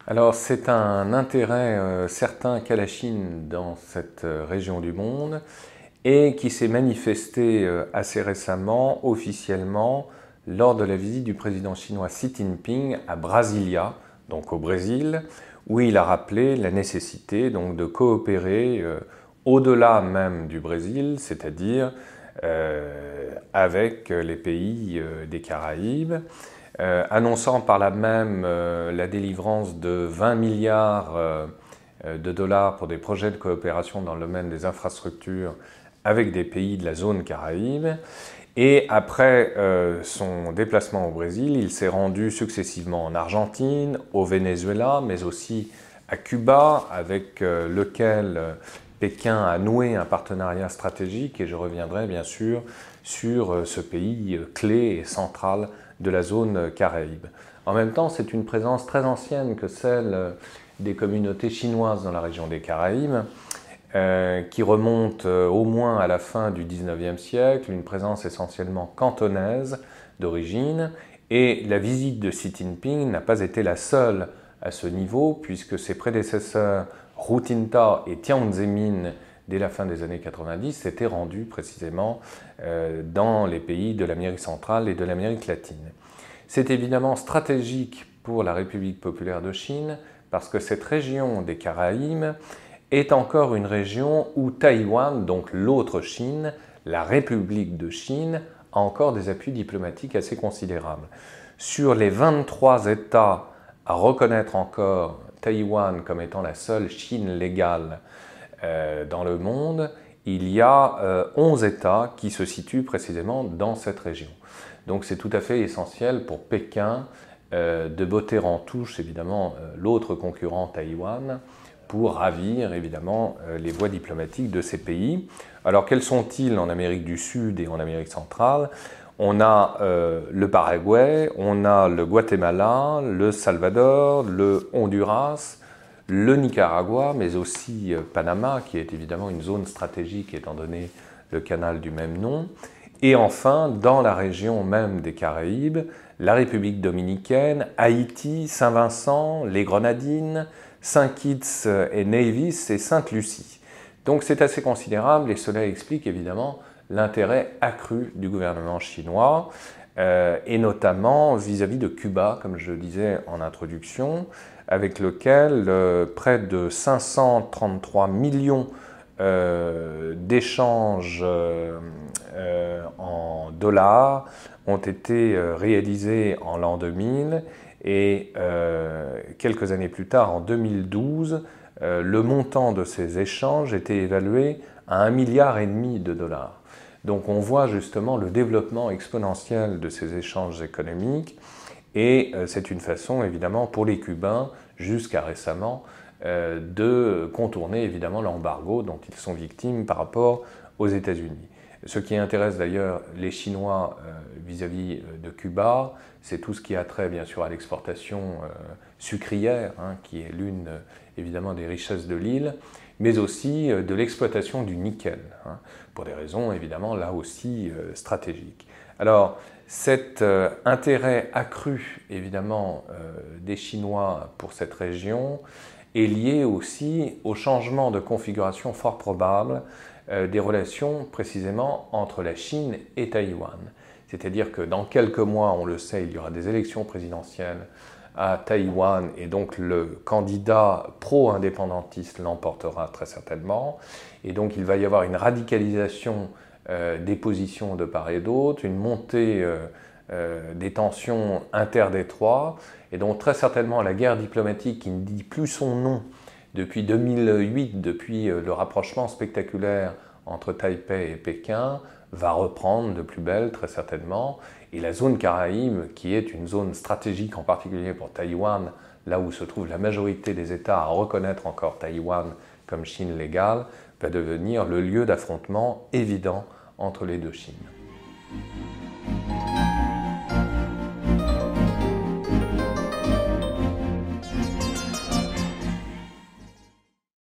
Alors c'est un intérêt certain qu'a la Chine dans cette région du monde et qui s'est manifesté assez récemment, officiellement, lors de la visite du président chinois Xi Jinping à Brasilia, donc au Brésil, où il a rappelé la nécessité donc, de coopérer au-delà même du Brésil, c'est-à-dire avec les pays des Caraïbes, annonçant par là même la délivrance de 20 milliards de dollars pour des projets de coopération dans le domaine des infrastructures avec des pays de la zone Caraïbe. Et après son déplacement au Brésil, il s'est rendu successivement en Argentine, au Venezuela, mais aussi à Cuba, avec lequel Pékin a noué un partenariat stratégique, et je reviendrai bien sûr sur ce pays clé et central de la zone Caraïbe. En même temps, c'est une présence très ancienne que celle des communautés chinoises dans la région des Caraïbes, qui remonte au moins à la fin du XIXe siècle, une présence essentiellement cantonaise d'origine, et la visite de Xi Jinping n'a pas été la seule à ce niveau, puisque ses prédécesseurs Hu Jintao et Jiang Zemin, dès la fin des années 90, s'étaient rendus précisément dans les pays de l'Amérique centrale et de l'Amérique latine. C'est évidemment stratégique pour la République populaire de Chine, parce que cette région des Caraïbes est encore une région où Taïwan, donc l'autre Chine, la République de Chine, a encore des appuis diplomatiques assez considérables. Sur les 23 États à reconnaître encore Taïwan comme étant la seule Chine légale dans le monde, il y a 11 États qui se situent précisément dans cette région. Donc c'est tout à fait essentiel pour Pékin de botter en touche évidemment l'autre concurrent Taïwan pour ravir évidemment les voies diplomatiques de ces pays. Alors quels sont-ils en Amérique du Sud et en Amérique centrale? On a le Paraguay, on a le Guatemala, le Salvador, le Honduras, le Nicaragua, mais aussi Panama, qui est évidemment une zone stratégique étant donné le canal du même nom. Et enfin, dans la région même des Caraïbes, la République dominicaine, Haïti, Saint-Vincent, les Grenadines, Saint-Kitts et Nevis et Sainte-Lucie. Donc c'est assez considérable et cela explique évidemment l'intérêt accru du gouvernement chinois et notamment vis-à-vis de Cuba, comme je le disais en introduction, avec lequel près de 533 millions d'échanges en dollars ont été réalisés en l'an 2000 et quelques années plus tard, en 2012, le montant de ces échanges était évalué à 1,5 milliard de dollars. Donc on voit justement le développement exponentiel de ces échanges économiques et c'est une façon évidemment pour les Cubains, jusqu'à récemment, de contourner évidemment l'embargo dont ils sont victimes par rapport aux États-Unis. Ce qui intéresse d'ailleurs les Chinois vis-à-vis de Cuba, c'est tout ce qui a trait bien sûr à l'exportation sucrière, qui est l'une évidemment des richesses de l'île, mais aussi de l'exploitation du nickel, pour des raisons évidemment là aussi stratégiques. Alors cet intérêt accru évidemment des Chinois pour cette région est lié aussi au changement de configuration fort probable des relations précisément entre la Chine et Taïwan. C'est-à-dire que dans quelques mois, on le sait, il y aura des élections présidentielles à Taïwan et donc le candidat pro-indépendantiste l'emportera très certainement. Et donc il va y avoir une radicalisation des positions de part et d'autre, une montée des tensions interdétroits et donc très certainement la guerre diplomatique qui ne dit plus son nom depuis 2008, depuis le rapprochement spectaculaire entre Taipei et Pékin, va reprendre de plus belle très certainement. Et la zone Caraïbe, qui est une zone stratégique en particulier pour Taïwan, là où se trouve la majorité des États à reconnaître encore Taïwan comme Chine légale, va devenir le lieu d'affrontement évident entre les deux Chines.